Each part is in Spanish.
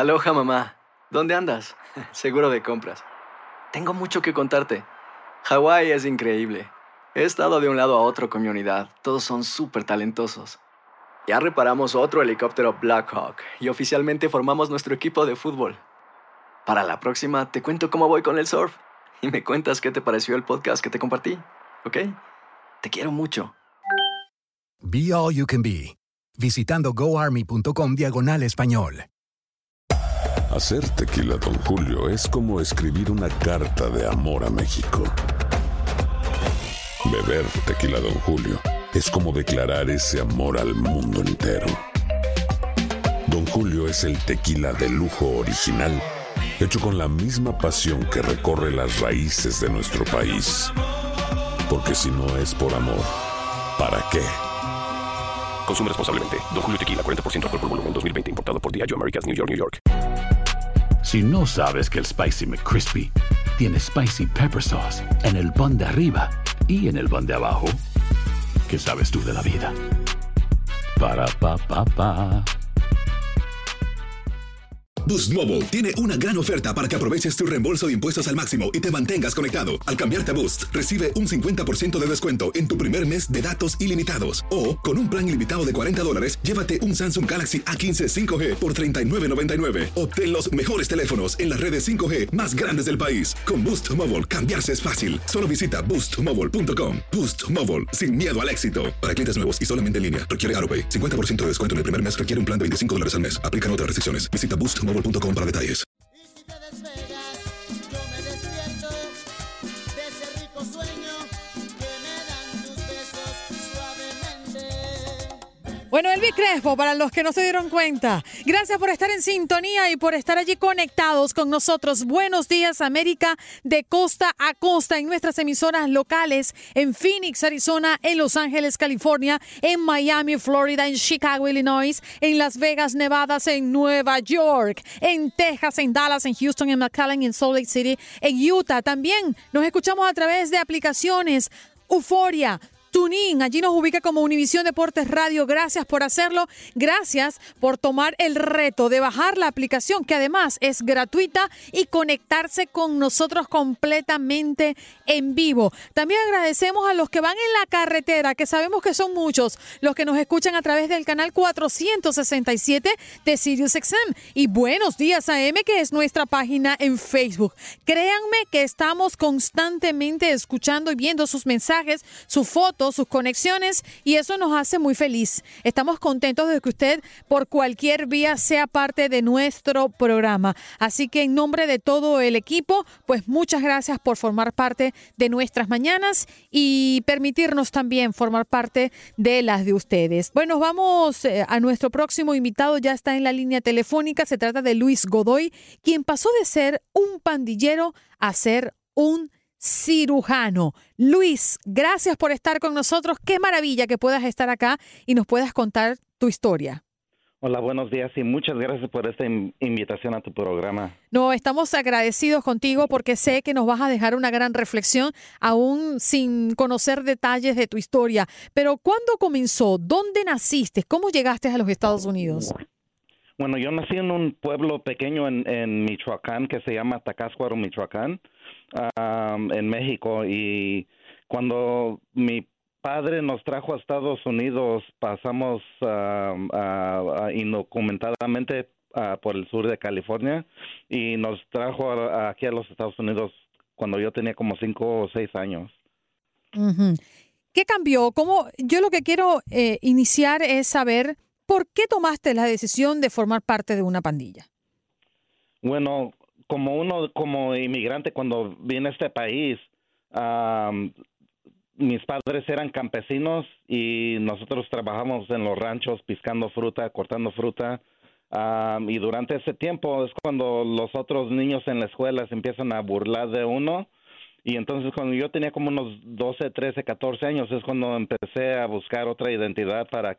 Aloha, mamá. ¿Dónde andas? Seguro de compras. Tengo mucho que contarte. Hawái es increíble. He estado de un lado a otro con mi unidad. Todos son súper talentosos. Ya reparamos otro helicóptero Blackhawk y oficialmente formamos nuestro equipo de fútbol. Para la próxima te cuento cómo voy con el surf y me cuentas qué te pareció el podcast que te compartí, ¿ok? Te quiero mucho. Be All You Can Be, visitando goarmy.com/español. Hacer tequila, Don Julio, es como escribir una carta de amor a México. Beber tequila, Don Julio, es como declarar ese amor al mundo entero. Don Julio es el tequila de lujo original, hecho con la misma pasión que recorre las raíces de nuestro país. Porque si no es por amor, ¿para qué? Consume responsablemente. Don Julio Tequila, 40% alcohol por volumen, 2020. Importado por Diageo Americas, New York, New York. Si no sabes que el Spicy McCrispy tiene Spicy Pepper Sauce en el pan de arriba y en el pan de abajo, ¿qué sabes tú de la vida? Para, pa, pa, pa. Boost Mobile tiene una gran oferta para que aproveches tu reembolso de impuestos al máximo y te mantengas conectado. Al cambiarte a Boost, recibe un 50% de descuento en tu primer mes de datos ilimitados. O, con un plan ilimitado de $40, llévate un Samsung Galaxy A15 5G por $39.99. Obtén los mejores teléfonos en las redes 5G más grandes del país. Con Boost Mobile, cambiarse es fácil. Solo visita boostmobile.com. Boost Mobile, sin miedo al éxito. Para clientes nuevos y solamente en línea, requiere AroPay. 50% de descuento en el primer mes requiere un plan de $25 al mes. Aplican otras restricciones. Visita boostmobile.com para detalles. Y si te despegas, yo me despierto de ese rico sueño que me dan tus besos suavemente. Bueno, Elvis Crespo, para los que no se dieron cuenta, gracias por estar en sintonía y por estar allí conectados con nosotros. Buenos días, América, de costa a costa en nuestras emisoras locales en Phoenix, Arizona, en Los Ángeles, California, en Miami, Florida, en Chicago, Illinois, en Las Vegas, Nevada, en Nueva York, en Texas, en Dallas, en Houston, en McAllen, en Salt Lake City, en Utah. También nos escuchamos a través de aplicaciones Euforia, TuneIn, allí nos ubica como Univisión Deportes Radio. Gracias por hacerlo. Gracias por tomar el reto de bajar la aplicación, que además es gratuita, y conectarse con nosotros completamente en vivo. También agradecemos a los que van en la carretera, que sabemos que son muchos, los que nos escuchan a través del canal 467 de SiriusXM. Y Buenos Días AM, que es nuestra página en Facebook. Créanme que estamos constantemente escuchando y viendo sus mensajes, sus fotos, sus conexiones, y eso nos hace muy feliz. Estamos contentos de que usted por cualquier vía sea parte de nuestro programa. Así que en nombre de todo el equipo, pues muchas gracias por formar parte de nuestras mañanas y permitirnos también formar parte de las de ustedes. Bueno, vamos a nuestro próximo invitado. Ya está en la línea telefónica. Se trata de Luis Godoy, quien pasó de ser un pandillero a ser un cirujano. Luis, gracias por estar con nosotros. Qué maravilla que puedas estar acá y nos puedas contar tu historia. Hola, buenos días y muchas gracias por esta invitación a tu programa. No, estamos agradecidos contigo porque sé que nos vas a dejar una gran reflexión, aún sin conocer detalles de tu historia. Pero ¿cuándo comenzó? ¿Dónde naciste? ¿Cómo llegaste a los Estados Unidos? Bueno, yo nací en un pueblo pequeño en Michoacán que se llama Tacáscuaro, Michoacán, en México. Y cuando mi padre nos trajo a Estados Unidos, pasamos indocumentadamente por el sur de California y nos trajo aquí a los Estados Unidos cuando yo tenía como 5 o 6 años. Uh-huh. ¿Qué cambió? Yo lo que quiero iniciar es saber por qué tomaste la decisión de formar parte de una pandilla. Bueno, como inmigrante cuando vine a este país, mis padres eran campesinos y nosotros trabajamos en los ranchos piscando fruta, cortando fruta. Y durante ese tiempo es cuando los otros niños en la escuela se empiezan a burlar de uno. Y entonces cuando yo tenía como unos 12, 13, 14 años es cuando empecé a buscar otra identidad para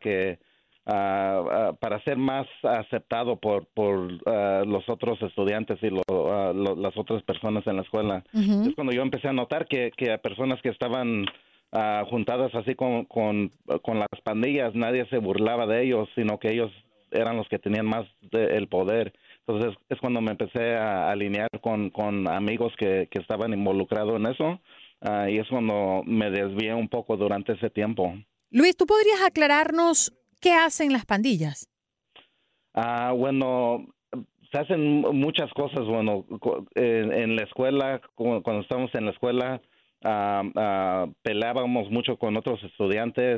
ser más aceptado por los otros estudiantes y las otras personas en la escuela. Uh-huh. Es cuando yo empecé a notar que a personas que estaban juntadas así con las pandillas, nadie se burlaba de ellos, sino que ellos eran los que tenían más el poder. Entonces es cuando me empecé a alinear con amigos que estaban involucrados en eso, y es cuando me desvié un poco durante ese tiempo. Luis, ¿tú podrías aclararnos qué hacen las pandillas? Bueno, se hacen muchas cosas. Bueno, en la escuela, cuando estábamos en la escuela, peleábamos mucho con otros estudiantes.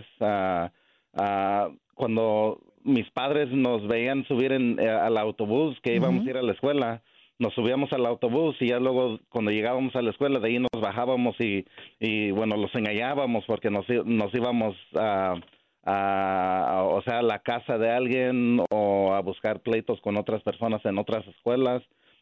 Cuando mis padres nos veían subir al autobús que íbamos a ir a la escuela, nos subíamos al autobús y ya luego cuando llegábamos a la escuela de ahí nos bajábamos y bueno, los engañábamos porque nos íbamos o sea, a la casa de alguien o a buscar pleitos con otras personas en otras escuelas,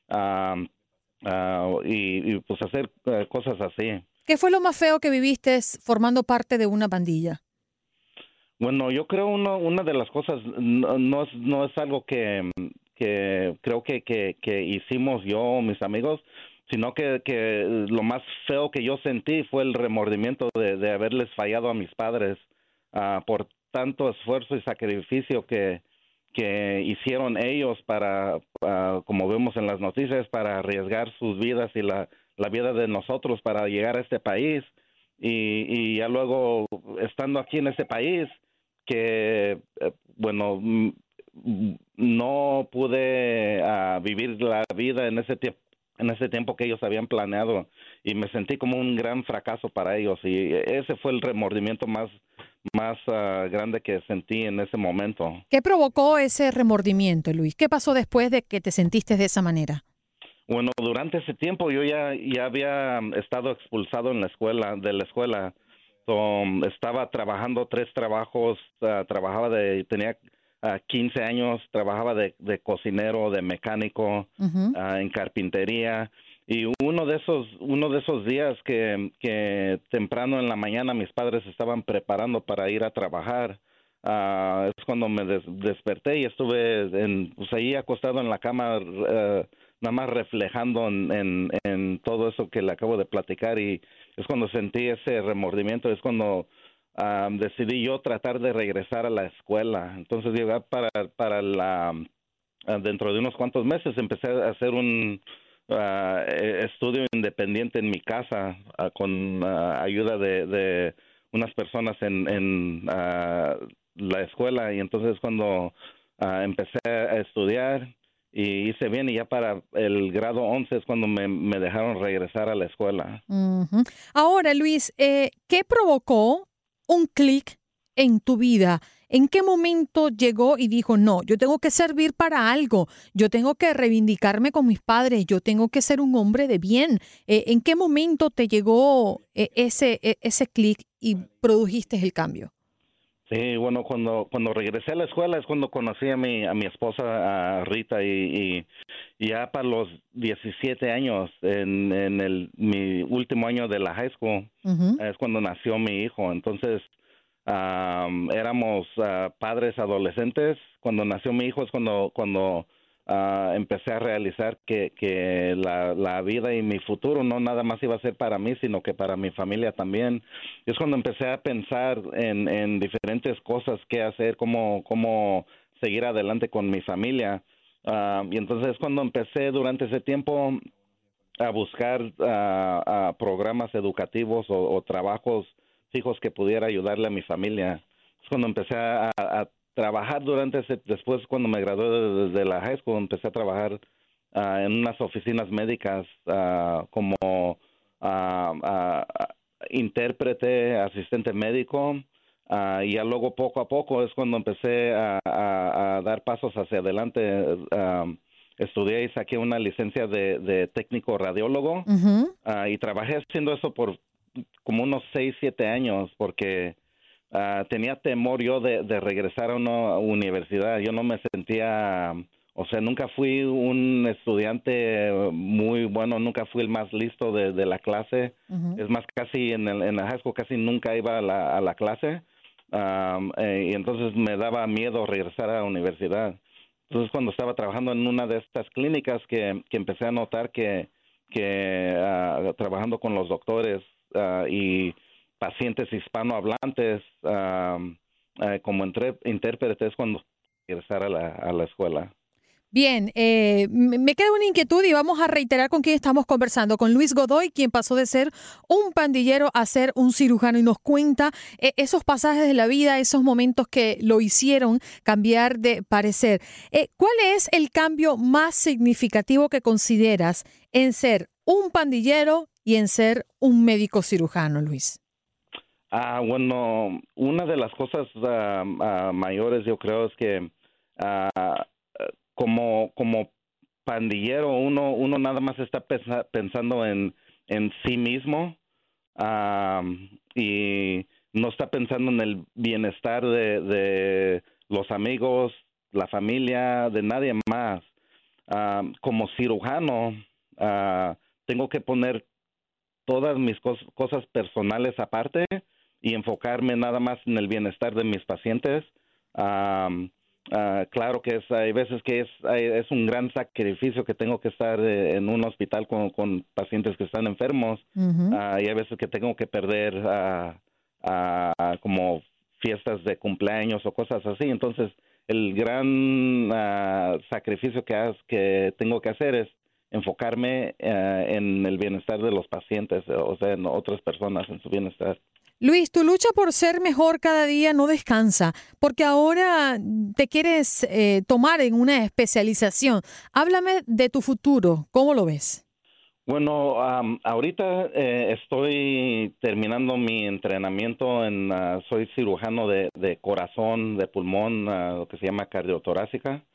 y pues hacer cosas así. ¿Qué fue lo más feo que viviste formando parte de una pandilla? Bueno, yo creo una de las cosas no es algo que creo que hicimos yo o mis amigos, sino que lo más feo que yo sentí fue el remordimiento de haberles fallado a mis padres por tanto esfuerzo y sacrificio que hicieron ellos para, como vemos en las noticias, para arriesgar sus vidas y la vida de nosotros para llegar a este país. Y ya luego, estando aquí en este país, que, bueno, no pude vivir la vida en ese tiempo que ellos habían planeado, y me sentí como un gran fracaso para ellos, y ese fue el remordimiento más grande que sentí en ese momento. ¿Qué provocó ese remordimiento, Luis? ¿Qué pasó después de que te sentiste de esa manera? Bueno, durante ese tiempo yo ya había estado expulsado de la escuela. Estaba trabajando 3 trabajos, tenía 15 años, trabajaba de cocinero, de mecánico, en carpintería, y uno de esos días que temprano en la mañana mis padres estaban preparando para ir a trabajar, es cuando me desperté y estuve pues ahí acostado en la cama, nada más reflejando en todo eso que le acabo de platicar, y es cuando sentí ese remordimiento, es cuando decidí yo tratar de regresar a la escuela. Entonces llegué dentro de unos cuantos meses empecé a hacer un estudio independiente en mi casa, con ayuda de unas personas en la escuela, y entonces cuando empecé a estudiar y hice bien, y ya para el grado 11 es cuando me dejaron regresar a la escuela. Uh-huh. Ahora, Luis, ¿qué provocó un clic en tu vida? ¿En qué momento llegó y dijo, no, yo tengo que servir para algo, yo tengo que reivindicarme con mis padres, yo tengo que ser un hombre de bien? ¿En qué momento te llegó ese clic y produjiste el cambio? Sí, bueno, cuando regresé a la escuela es cuando conocí a mi esposa, a Rita, y ya para los 17 años, en mi último año de la high school, es cuando nació mi hijo. Entonces, éramos padres adolescentes. Cuando nació mi hijo es cuando empecé a realizar que la vida y mi futuro no nada más iba a ser para mí, sino que para mi familia también. Y es cuando empecé a pensar en diferentes cosas que hacer, cómo seguir adelante con mi familia. Y entonces es cuando empecé durante ese tiempo a buscar programas educativos o trabajos fijos que pudiera ayudarle a mi familia. Es cuando empecé a trabajar después cuando me gradué de la high school, empecé a trabajar en unas oficinas médicas como intérprete, asistente médico, y ya luego poco a poco es cuando empecé a dar pasos hacia adelante. Estudié y saqué una licencia de técnico radiólogo, y trabajé haciendo eso por como unos 6, 7 años, porque tenía temor yo de regresar a una universidad. Yo no me sentía, o sea, nunca fui un estudiante muy bueno, nunca fui el más listo de la clase. Es más, casi en la high school casi nunca iba a la clase, y entonces me daba miedo regresar a la universidad. Entonces cuando estaba trabajando en una de estas clínicas que empecé a notar que trabajando con los doctores y pacientes hispanohablantes como intérpretes cuando regresar a la escuela. Bien, me queda una inquietud y vamos a reiterar con quién estamos conversando, con Luis Godoy, quien pasó de ser un pandillero a ser un cirujano y nos cuenta esos pasajes de la vida, esos momentos que lo hicieron cambiar de parecer. ¿Cuál es el cambio más significativo que consideras en ser un pandillero y en ser un médico cirujano, Luis? Bueno, una de las cosas mayores yo creo es que como pandillero uno nada más está pensando en sí mismo y no está pensando en el bienestar de los amigos, la familia, de nadie más. Como cirujano tengo que poner todas mis cosas personales aparte y enfocarme nada más en el bienestar de mis pacientes. Claro que hay veces que es un gran sacrificio que tengo que estar en un hospital con pacientes que están enfermos. Y hay veces que tengo que perder como fiestas de cumpleaños o cosas así. Entonces, el gran sacrificio que tengo que hacer es enfocarme en el bienestar de los pacientes, o sea, en otras personas, en su bienestar. Luis, tu lucha por ser mejor cada día no descansa, porque ahora te quieres tomar en una especialización. Háblame de tu futuro, ¿cómo lo ves? Bueno, ahorita estoy terminando mi entrenamiento soy cirujano de corazón, de pulmón, lo que se llama cardiotorácica,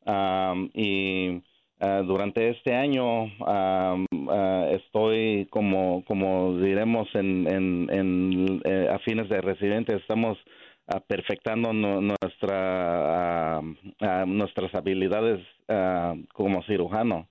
y durante este año estoy como diremos a fines de residente, estamos perfectando nuestras habilidades como cirujano.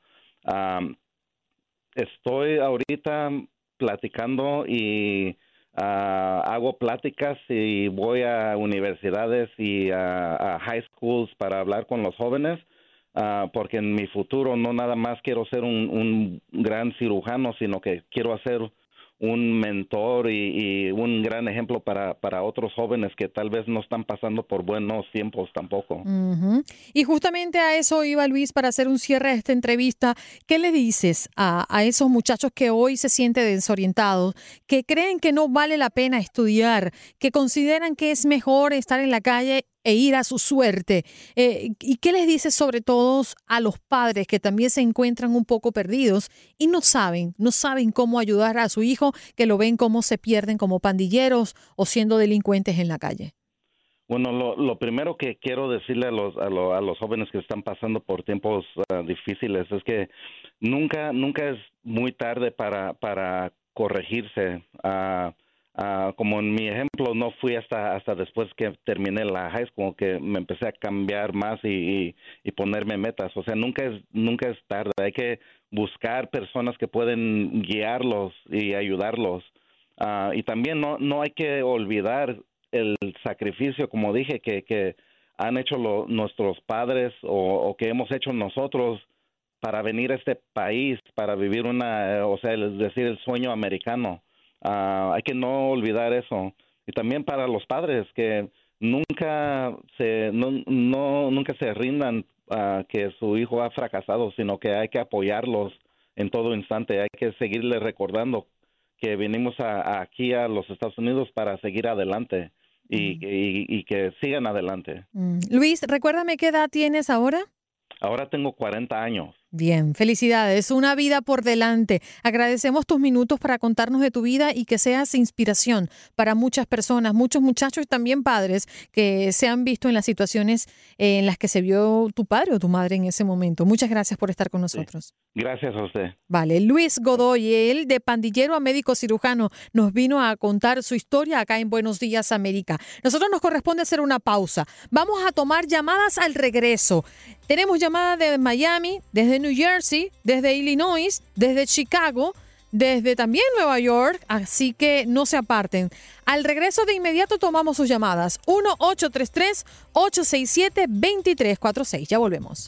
Estoy ahorita platicando y hago pláticas y voy a universidades y a high schools para hablar con los jóvenes. Porque en mi futuro no nada más quiero ser un gran cirujano, sino que quiero ser un mentor y un gran ejemplo para otros jóvenes que tal vez no están pasando por buenos tiempos tampoco. Y justamente a eso iba, Luis, para hacer un cierre de esta entrevista. ¿Qué le dices a esos muchachos que hoy se sienten desorientados, que creen que no vale la pena estudiar, que consideran que es mejor estar en la calle e ir a su suerte? ¿Y qué les dices sobre todo a los padres que también se encuentran un poco perdidos y no saben cómo ayudar a su hijo, que lo ven cómo se pierden como pandilleros o siendo delincuentes en la calle? Bueno, lo primero que quiero decirle a los jóvenes que están pasando por tiempos difíciles es que nunca es muy tarde para corregirse. Como en mi ejemplo, no fui hasta después que terminé la high school que me empecé a cambiar más y ponerme metas. O sea, nunca es tarde. Hay que buscar personas que pueden guiarlos y ayudarlos. Y también no hay que olvidar el sacrificio, como dije, que han hecho nuestros padres o que hemos hecho nosotros para venir a este país, para vivir el sueño americano. Hay que no olvidar eso. Y también para los padres que nunca se rindan que su hijo ha fracasado, sino que hay que apoyarlos en todo instante. Hay que seguirles recordando que venimos aquí a los Estados Unidos para seguir adelante y que sigan adelante. Luis, recuérdame qué edad tienes ahora. Ahora tengo 40 años. Bien, felicidades, una vida por delante. Agradecemos tus minutos para contarnos de tu vida y que seas inspiración para muchas personas, muchos muchachos y también padres que se han visto en las situaciones en las que se vio tu padre o tu madre en ese momento. Muchas gracias por estar con nosotros. Sí. Gracias a usted. Vale, Luis Godoy, él de pandillero a médico cirujano, nos vino a contar su historia acá en Buenos Días América. Nosotros nos corresponde hacer una pausa. Vamos a tomar llamadas al regreso. Tenemos llamadas de Miami, desde New Jersey, desde Illinois, desde Chicago, desde también Nueva York, así que no se aparten. Al regreso de inmediato tomamos sus llamadas. 1-833-867-2346. Ya volvemos.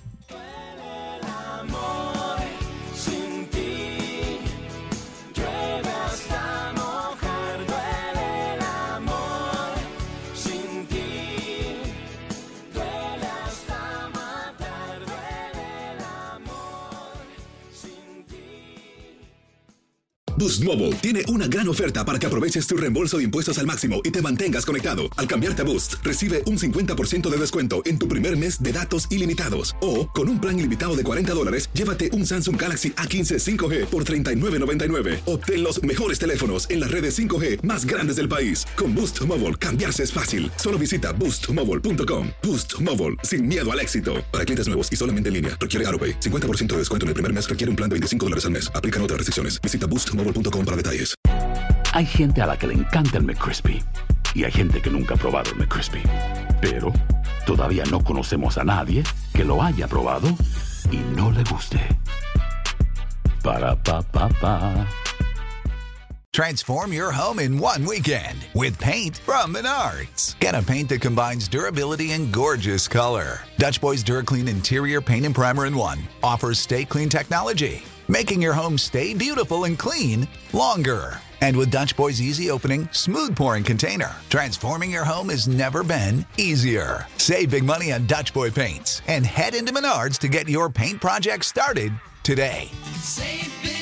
Boost Mobile tiene una gran oferta para que aproveches tu reembolso de impuestos al máximo y te mantengas conectado. Al cambiarte a Boost, recibe un 50% de descuento en tu primer mes de datos ilimitados. O, con un plan ilimitado de $40, llévate un Samsung Galaxy A15 5G por $39.99. Obtén los mejores teléfonos en las redes 5G más grandes del país. Con Boost Mobile, cambiarse es fácil. Solo visita boostmobile.com. Boost Mobile, sin miedo al éxito. Para clientes nuevos y solamente en línea, requiere AutoPay. 50% de descuento en el primer mes requiere un plan de $25 al mes. Aplican otras restricciones. Visita boostmobile.com para detalles. Hay gente a la que le encanta el McCrispy y hay gente que nunca ha probado el McCrispy. Pero todavía no conocemos a nadie que lo haya probado y no le guste. Para pa pa pa. Transform your home in one weekend with paint from Menards. Get a paint that combines durability and gorgeous color. Dutch Boy's DuraClean Interior Paint and Primer in One offers Stay Clean technology, making your home stay beautiful and clean longer. And with Dutch Boy's easy opening, smooth pouring container, transforming your home has never been easier. Save big money on Dutch Boy paints and head into Menards to get your paint project started today. Save big